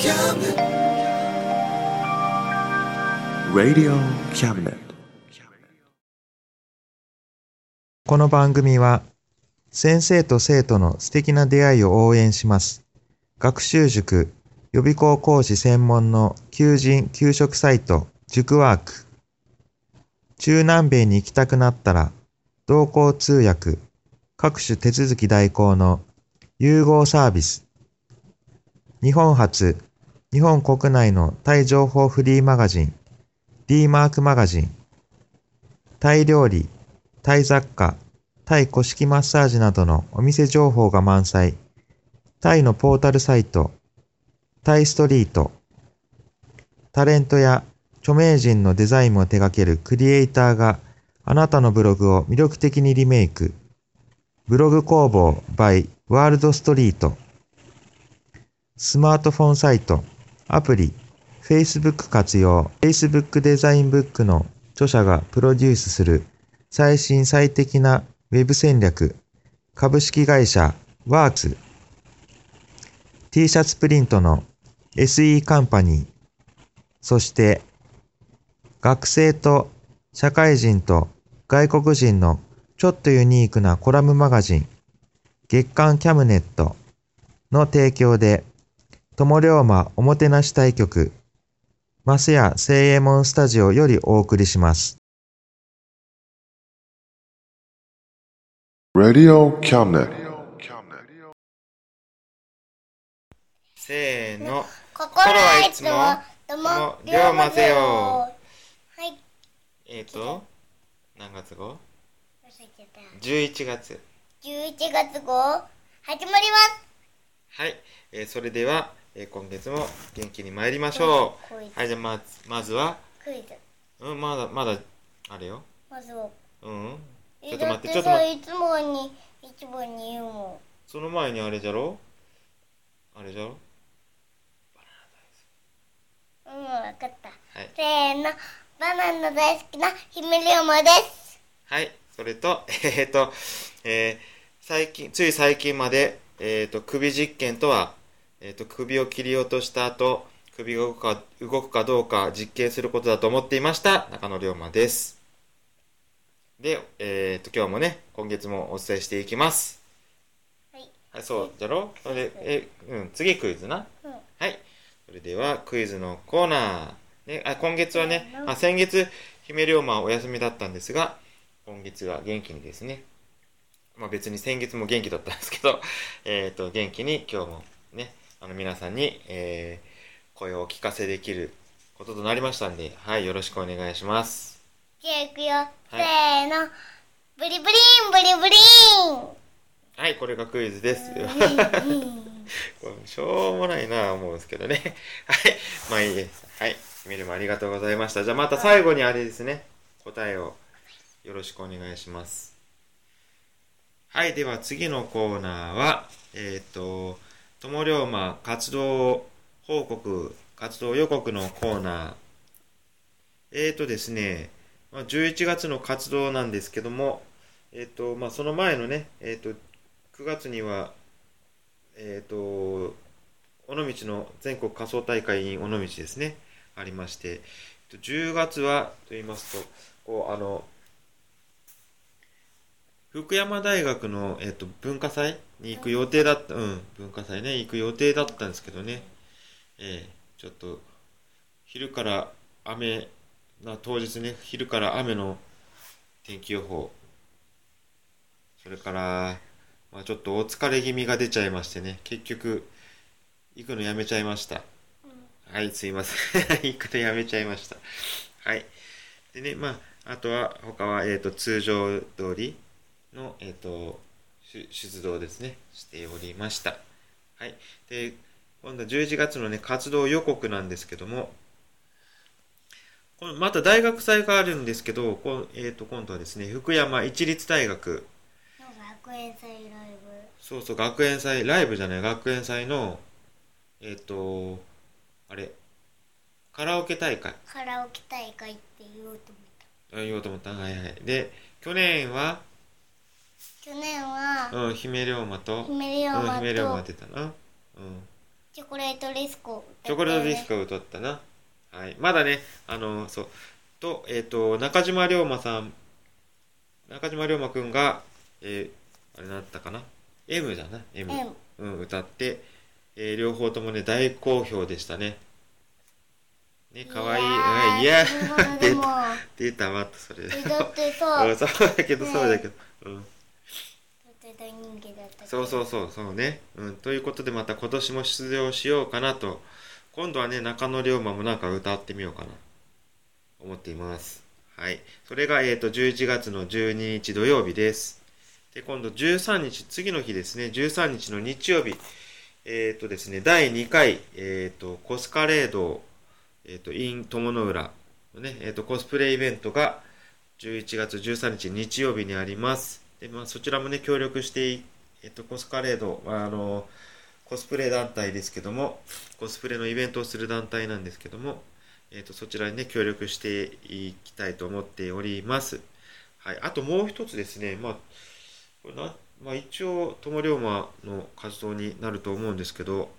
Radio Cabinet。 この番組は先生と生徒の素敵な出会いを応援します。学習塾予備校講師専門の求人・給食サイト塾ワーク。中南米に行きたくなったら同行通訳各種手続き代行の融合サービス。日本初日本国内のタイ情報フリーマガジン D マークマガジン。タイ料理、タイ雑貨、タイ古式マッサージなどのお店情報が満載。タイのポータルサイト、タイストリート。タレントや著名人のデザインも手掛けるクリエイターがあなたのブログを魅力的にリメイク。ブログ工房 by ワールドストリート。スマートフォンサイト、アプリ、Facebook 活用。Facebook デザインブックの著者がプロデュースする最新最適なウェブ戦略。株式会社ワークス。T シャツプリントの SE カンパニー。そして学生と社会人と外国人のちょっとユニークなコラムマガジン月刊キャムネットの提供で友龍馬おもてなし対局増屋清右衛門スタジオよりお送りします。 Radio Cabinet。 せーの。 心はいつもとも龍馬ぜよ。はい。 何月号？ 忘れてた。 11月。 11月号始まります。 はい、それでは、今月も元気に参りましょう。はい、じゃあまずはクイズ。 まだあれよ。 まずは。 ちょっと待って。 いつもに言うもん。 その前にあれじゃろ。 わかった。 はい。 せーの、バナナ大好きな姫龍馬です。 はい、それとつい最近まで首実験とは首を切り落とした後首が動くかどうか実験することだと思っていました中野龍馬です。で、今日もね今月もお伝えしていきます。はい、そうじゃろ。それで次クイズな。はい、それではクイズのコーナー、今月はね先月姫龍馬はお休みだったんですが今月は元気にですね、別に先月も元気だったんですけど元気に今日もね皆さんに、声をお聞かせできることとなりましたんで、はい、よろしくお願いします。 じゃあ行くよ、 はい、 せーの、ブリブリンブリブリン。 はい、これがクイズです。しょうもないなぁ思うんですけどね。はい、まあいいです。はい、メールもありがとうございました。じゃあまた最後にあれですね、答えをよろしくお願いします。はい、では次のコーナーは友龍馬活動報告活動予告のコーナー。ですね、11月の活動なんですけどもその前のね9月には尾道の全国仮装大会 in 尾道ですねありまして、10月はと言いますと福山大学の、文化祭に行く予定だった、文化祭ね行く予定だったんですけどね、ちょっと昼から雨な当日ね昼から雨の天気予報、それからちょっとお疲れ気味が出ちゃいましてね結局行くのやめちゃいました。はいすいません行くのやめちゃいました。はいでねあとは他は通常通りの出動ですねしておりました。はいで今度は11月のね活動予告なんですけども、また大学祭があるんですけど今度はですね福山一律大学学園祭ライブ。 そう学園祭ライブじゃない学園祭のあれカラオケ大会って言おうと思ったはいはいで去年は姫龍馬と姫龍馬出たなチョコレートディスコ、 チョコレートディスコを歌ったな。はい。まだね、そう。と、中島龍馬くんが、あれなんだったかな ?M だな、M。うん、歌って、両方ともね、大好評でしたね。ね、かわいい。いや出た、またそれ。 だってさ、 そうだけど、そうだけど。うん。 大人気だった。 そうね。うん。ということで、また今年も出場しようかなと。今度はね、中野龍馬もなんか歌ってみようかな。思っています。はい。それが、11月の12日土曜日です。で、今度13日、次の日ですね、13日の日曜日。ですね、第2回、コスカレード、in 友の浦のね、コスプレイベントが11月13日日曜日にあります。で、そちらもね、協力して、コスカレード、コスプレ団体ですけども、コスプレのイベントをする団体なんですけども、そちらにね、協力していきたいと思っております。はい。あともう一つですね、これ一応、友龍馬の活動になると思うんですけど、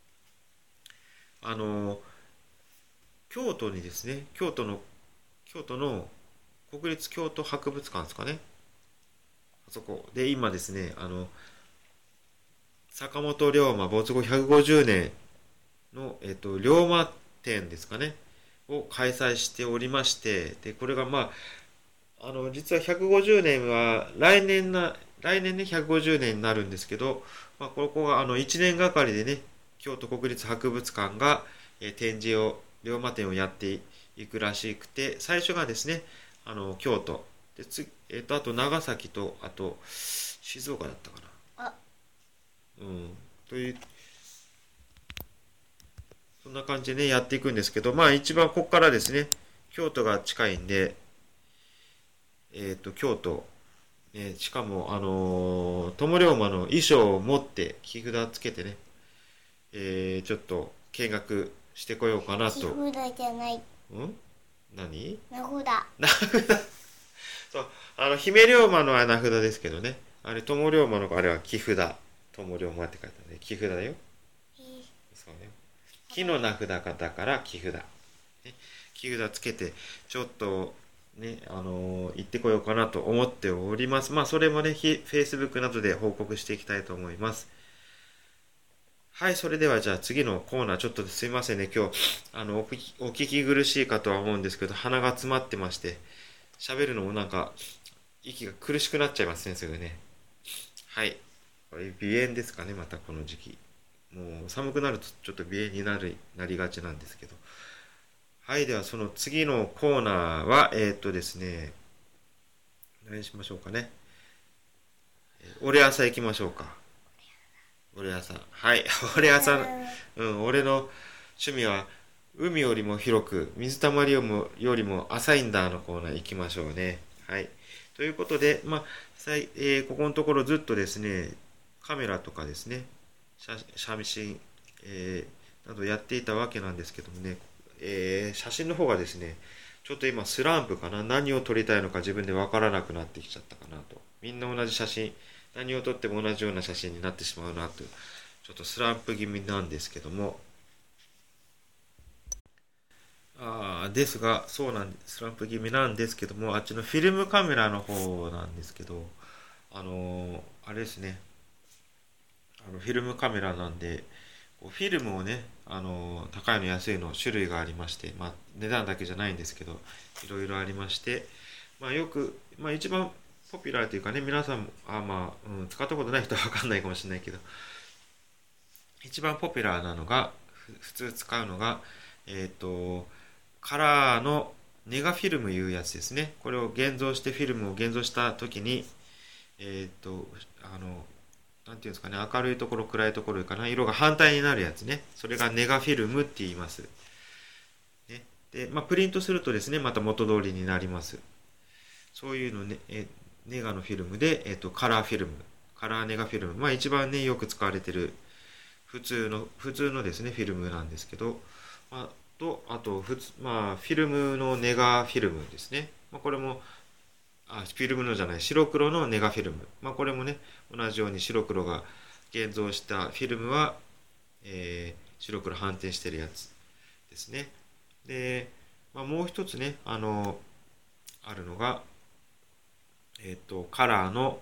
京都にですね、京都の国立京都博物館ですかね。あそこで今ですね、坂本龍馬没後150年の、龍馬展ですかね、を開催しておりまして、で、これが実は150年は来年ね、150年になるんですけど、ここが1年がかりでね、京都国立博物館が、展示を、龍馬展をやっていくらしくて、最初がですね、京都、であと長崎と、あと静岡だったかな。という、そんな感じでね、やっていくんですけど、一番ここからですね、京都が近いんで、京都、しかも、友龍馬の衣装を持って木札つけてね、ちょっと見学してこようかなと。 木札じゃない。 何？ 名札。 名札。そう、姫龍馬のは名札ですけどね。あれ、友龍馬のあれは木札。友龍馬って書いてあるね。木札だよ。そうね。木の名札だから木札。ね、木札つけて、ちょっと、ね、行ってこようかなと思っております。それもね、Facebook などで報告していきたいと思います。はい、それではじゃあ次のコーナー、ちょっとすいませんね、今日、お聞き苦しいかとは思うんですけど、鼻が詰まってまして、喋るのもなんか、息が苦しくなっちゃいますね、すぐね。はい。これ鼻炎ですかね、またこの時期。もう寒くなるとちょっと鼻炎になりがちなんですけど。はい、ではその次のコーナーは、ですね、何しましょうかね。俺朝行きましょうか。俺朝。はい、俺朝、俺の趣味は、海よりも広く、水たまりよりも浅いんだのコーナー行きましょうね。はい。ということで、ここのところずっとですね、カメラとかですね、写真、などやっていたわけなんですけどもね、写真の方がですね、ちょっと今スランプかな、何を撮りたいのか自分でわからなくなってきちゃったかなと。みんな同じ写真、何を撮っても同じような写真になってしまうなと、ちょっとスランプ気味なんですけども、ですが、スランプ気味なんですけども、あっちのフィルムカメラの方なんですけど、あれですね、フィルムカメラなんで、フィルムをね、高いの安いの種類がありまして、値段だけじゃないんですけど、いろいろありまして、よく、一番ポピュラーというかね、皆さんも、使ったことない人は分かんないかもしれないけど、一番ポピュラーなのが、普通使うのが、カラーのネガフィルムいうやつですね。これをフィルムを現像したときに、なんていうんですかね、明るいところ、暗いところかな、色が反対になるやつね。それがネガフィルムって言います。ね、で、プリントするとですね、また元通りになります。そういうのね、ネガのフィルムで、カラーフィルム、カラーネガフィルム。一番ね、よく使われてる、普通のですね、フィルムなんですけど、あと、フィルムのネガフィルムですね。これも、フィルムのじゃない、白黒のネガフィルム。これもね、同じように白黒が現像したフィルムは、 白黒反転してるやつですね。で、もう一つね、あるのが、カラーの、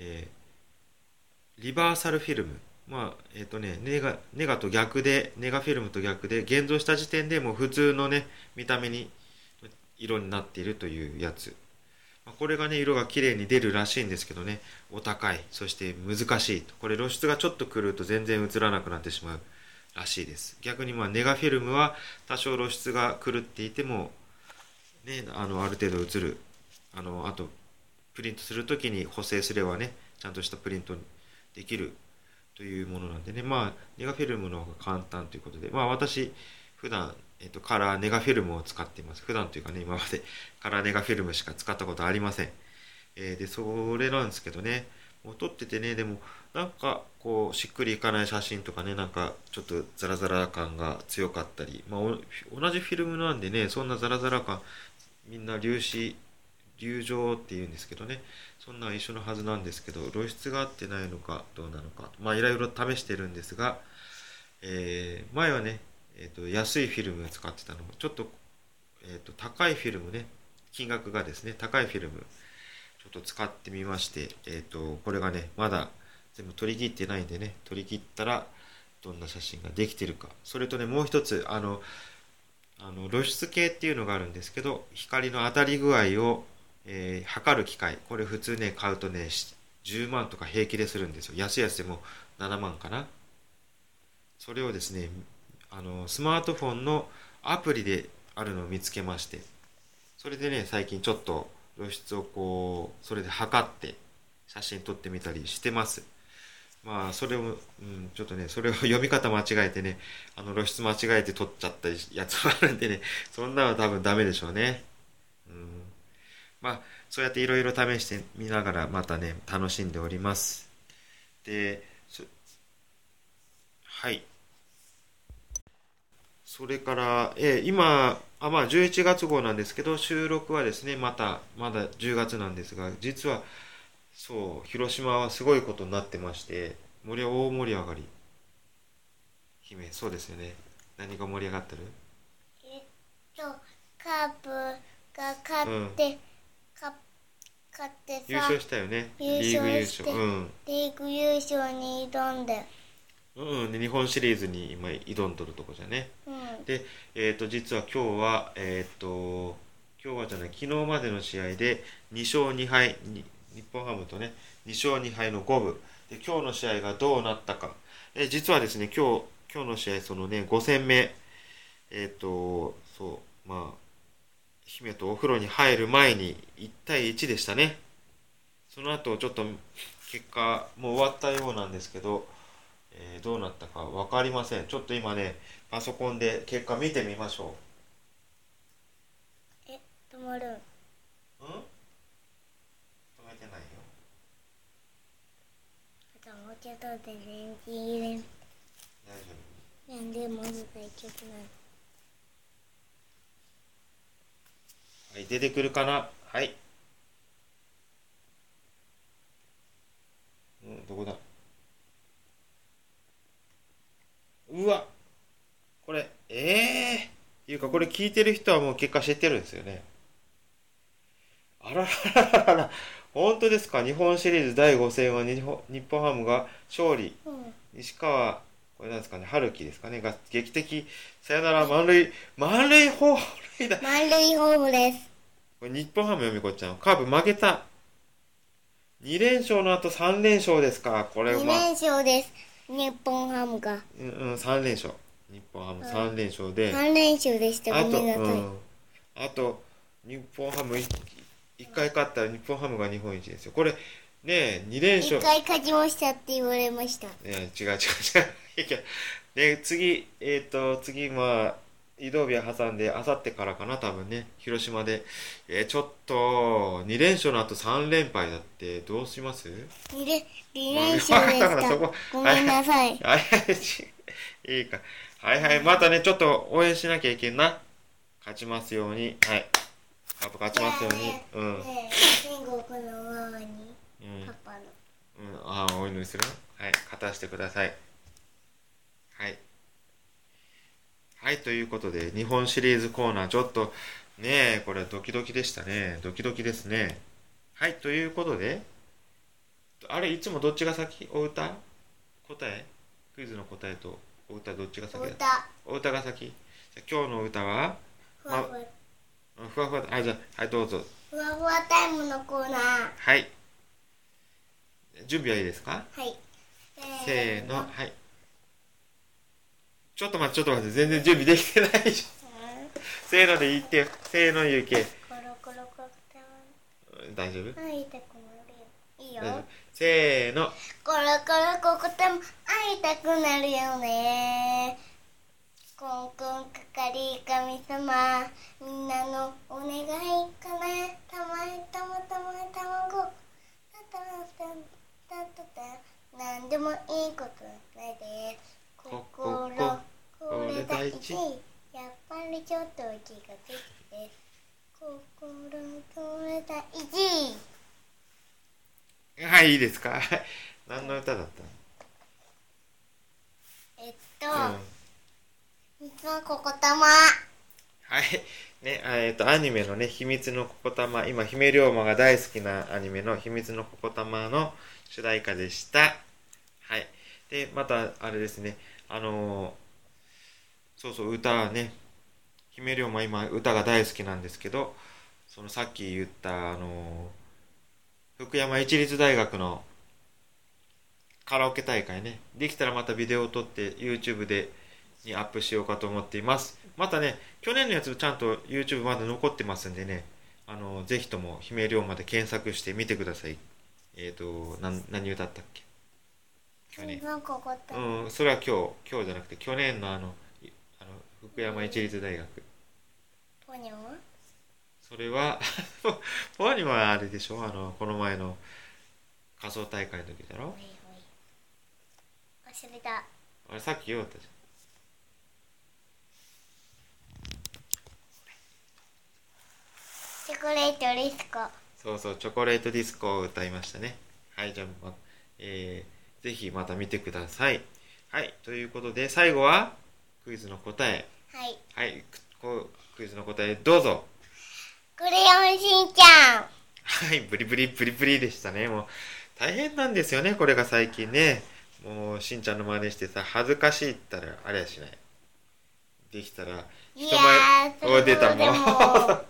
リバーサルフィルム。ネガと逆で、ネガフィルムと逆で、現像した時点でもう普通のね、見た目に色になっているというやつ。これがね、色が綺麗に出るらしいんですけどね、お高い、そして難しいと。これ露出がちょっと狂うと全然映らなくなってしまうらしいです。逆にネガフィルムは多少露出が狂っていても、ね、ある程度映る。あと、プリントするときに補正すればね、ちゃんとしたプリントできるというものなんでね、ネガフィルムの方が簡単ということで、私、普段、カラーネガフィルムを使っています。普段というかね、今までカラーネガフィルムしか使ったことありません。で、それなんですけどね、もう撮っててね、でも、なんか、こう、しっくりいかない写真とかね、なんか、ちょっとザラザラ感が強かったり、同じフィルムなんでね、そんなザラザラ感、みんな粒状って言うんですけどね、そんな一緒のはずなんですけど、露出が合ってないのかどうなのか、いろいろ試してるんですが、前はね、安いフィルムを使ってたのも、ちょっと、高いフィルムね、金額がですね、高いフィルム、ちょっと使ってみまして、これがね、まだ全部取り切ってないんでね、取り切ったらどんな写真ができてるか。それとね、もう一つ、露出計っていうのがあるんですけど、光の当たり具合を測る機械、これ普通ね買うとね10万とか平気でするんですよ。安いやつでも7万かな。それをですねスマートフォンのアプリであるのを見つけまして、それでね最近ちょっと露出をこうそれで測って写真撮ってみたりしてます。それを、ちょっとねそれを読み方間違えてね露出間違えて撮っちゃったやつもあるんでね、そんなの多分ダメでしょうね。そうやっていろいろ試してみながらまたね楽しんでおります。で、はい。それから、今11月号なんですけど、収録はですねまだ10月なんですが、実はそう広島はすごいことになってまして、大盛り上がり。姫、そうですよね。何が盛り上がってる？ カープが勝って、勝ってさ、 優勝したよね。 リーグ優勝。 リーグ優勝に挑んで。 で日本シリーズに今挑んどるとこじゃね。で、実は今日は、昨日までの試合で2勝2敗、日本ハムとね、2勝2敗の五分。で、今日の試合がどうなったか。実はですね、今日の試合、そのね、5戦目、姫とお風呂に入る前に1対1でしたね。その後ちょっと結果もう終わったようなんですけど、どうなったか分かりません。ちょっと今ねパソコンで結果見てみましょう。止まる？ 止めてないよ。 もうちょっとで全然大丈夫。なんでまず大丈夫なの？ はい、出てくるかな。はい。どこだ。うわ、これいうかこれ聞いてる人はもう結果知ってるんですよね。あららららら、本当ですか。日本シリーズ第5戦は日本ハムが勝利。西川、これなんですかね、春樹ですかね、が劇的サヨナラ満塁ホームだ。 満塁ホームです。 これ日本ハムよみこちゃん、カープ負けた。2連勝の後3連勝ですか。これは2 連勝です。日本ハムが 3連勝。日本ハム3連勝で、 3連勝でした。ごめんなさい。 あと日本ハム1回勝ったら日本ハムが日本一ですよ。これね、2連勝。1 回勝ちましたって言われました。 違う。で、次移動日は挟んで、あさってからかな、多分ね、広島で。ちょっと、2連勝の後3連敗だって、どうします ?2 連勝でした。ごめんなさい。 いいか。はい、またね、ちょっと応援しなきゃいけんな。勝ちますように。はい。カープ勝ちますように。 天国のママに、パパの。 お祈りする？はい、勝たしてください。はい。 はい、ということで、日本シリーズコーナー、ちょっとね、これドキドキでしたね。ドキドキですね。はい、ということで、あれ、いつもどっちが先？お歌？答え？クイズの答えとお歌どっちが先だ？お歌が先。じゃ今日の歌はふわふわ。 ふわふわ。あ、じゃあ、はい、どうぞ。 ふわふわタイムのコーナー。 はい。準備はいいですか？ はい。 せーの、はい。ちょっと待って、全然準備できてないでしょ。せーので言ってよ。せーの言うけ。 コロコロコロ大丈夫？ 会いたくなるよ。いいよ。 せーの。 コロコロココタも会いたくなるよね。コンコンかかり神様、みんなのお願いかな。たま卵。なんでもいいことないです。心、これ大事。やっぱりちょっと気ができて。心、これ大事。 はい、いいですか？何の歌だったの？ 秘密のここたま。 はい。ね、アニメのね、秘密のここたま、今、姫龍馬が大好きなアニメの秘密のここたまの主題歌でした。はい。で、また、あれですね、そうそう、歌はね、姫龍馬今、歌が大好きなんですけど、そのさっき言った、福山一律大学のカラオケ大会ね、できたらまたビデオを撮って YouTube にアップしようかと思っています。またね、去年のやつちゃんと YouTube まだ残ってますんでね、ぜひとも姫龍馬で検索してみてください。何歌ったっけ？去年。それは今日じゃなくて去年の福山一律大学。 ポニョは？ それはポニョはあれでしょ？この前の仮装大会の時だろ？ 忘れた。 あれさっき言おうったじゃん。チョコレートディスコ。 そうそう、チョコレートディスコを歌いましたね。はい、じゃあ、ぜひまた見てください。はい、ということで最後はクイズの答え。 はい。 はい、クイズの答えどうぞ。 クレヨンしんちゃん。 はい、ブリブリでしたね。もう大変なんですよね、これが最近ね。もうしんちゃんの真似してさ、恥ずかしいって言ったらあれやしない。できたら人前出たもん。はい、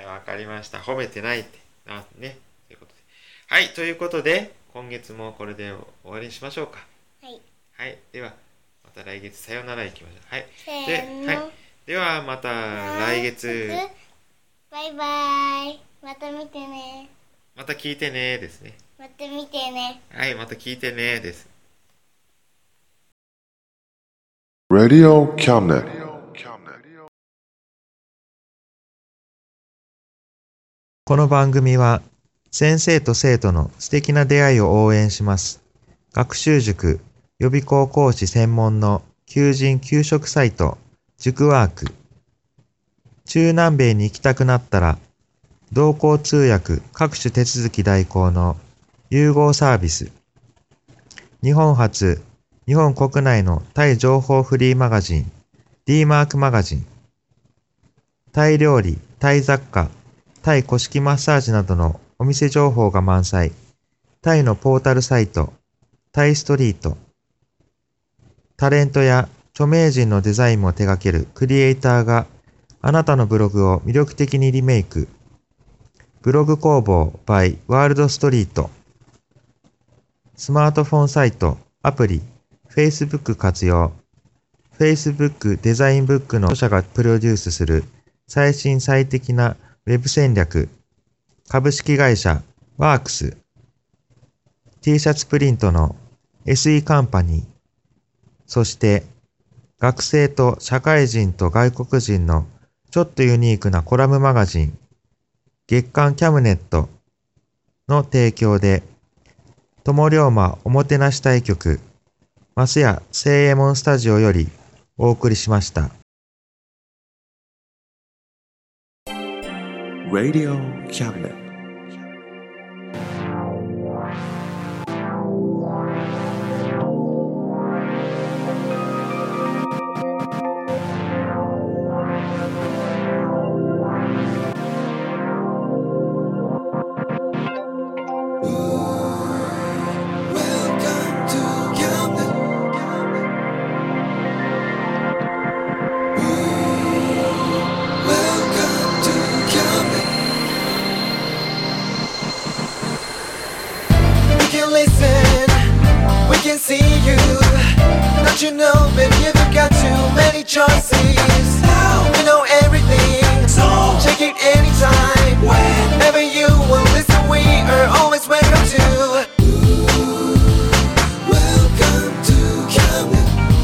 わかりました。褒めてないって。ね。ということで。はい、ということで、今月もこれで終わりにしましょうか。 はい。 はい、では、また来月さようならいきましょう。はい。 はい。 では、また来月。 バイバイ。また見てね。 また聞いてねですね。 また見てね。 はい、また聞いてねです。 Radio Cabinet. この番組は先生と生徒の素敵な出会いを応援します。学習塾予備校講師専門の求人・求職サイト塾ワーク。中南米に行きたくなったら同行通訳各種手続き代行の融合サービス。日本初、日本国内のタイ情報フリーマガジン D マークマガジン。タイ料理、タイ雑貨、タイ古式マッサージなどのお店情報が満載。タイのポータルサイト、タイストリート。タレントや著名人のデザインも手掛けるクリエイターがあなたのブログを魅力的にリメイク。ブログ工房 by ワールドストリート。スマートフォンサイト、アプリ、Facebook 活用。Facebook デザインブックの著者がプロデュースする最新最適なウェブ戦略。株式会社ワークス。T シャツプリントの SE カンパニー。そして学生と社会人と外国人のちょっとユニークなコラムマガジン月刊キャムネットの提供で友龍馬おもてなし対局増屋正右衛門スタジオよりお送りしました。 Radio Cabinet. can see you. Don't you know, baby, you've got too many choices. You know everything, so check it anytime. Whenever you will listen, we are always welcome to. Welcome to Camden.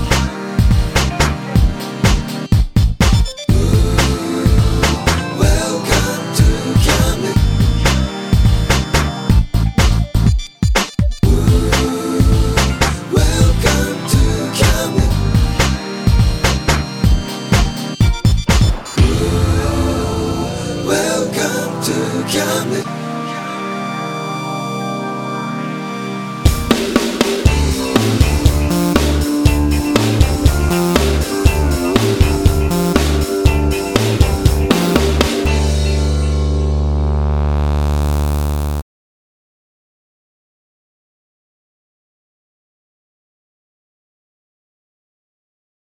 Welcome to Camden. Welcome to Camden. Welcome to Camden.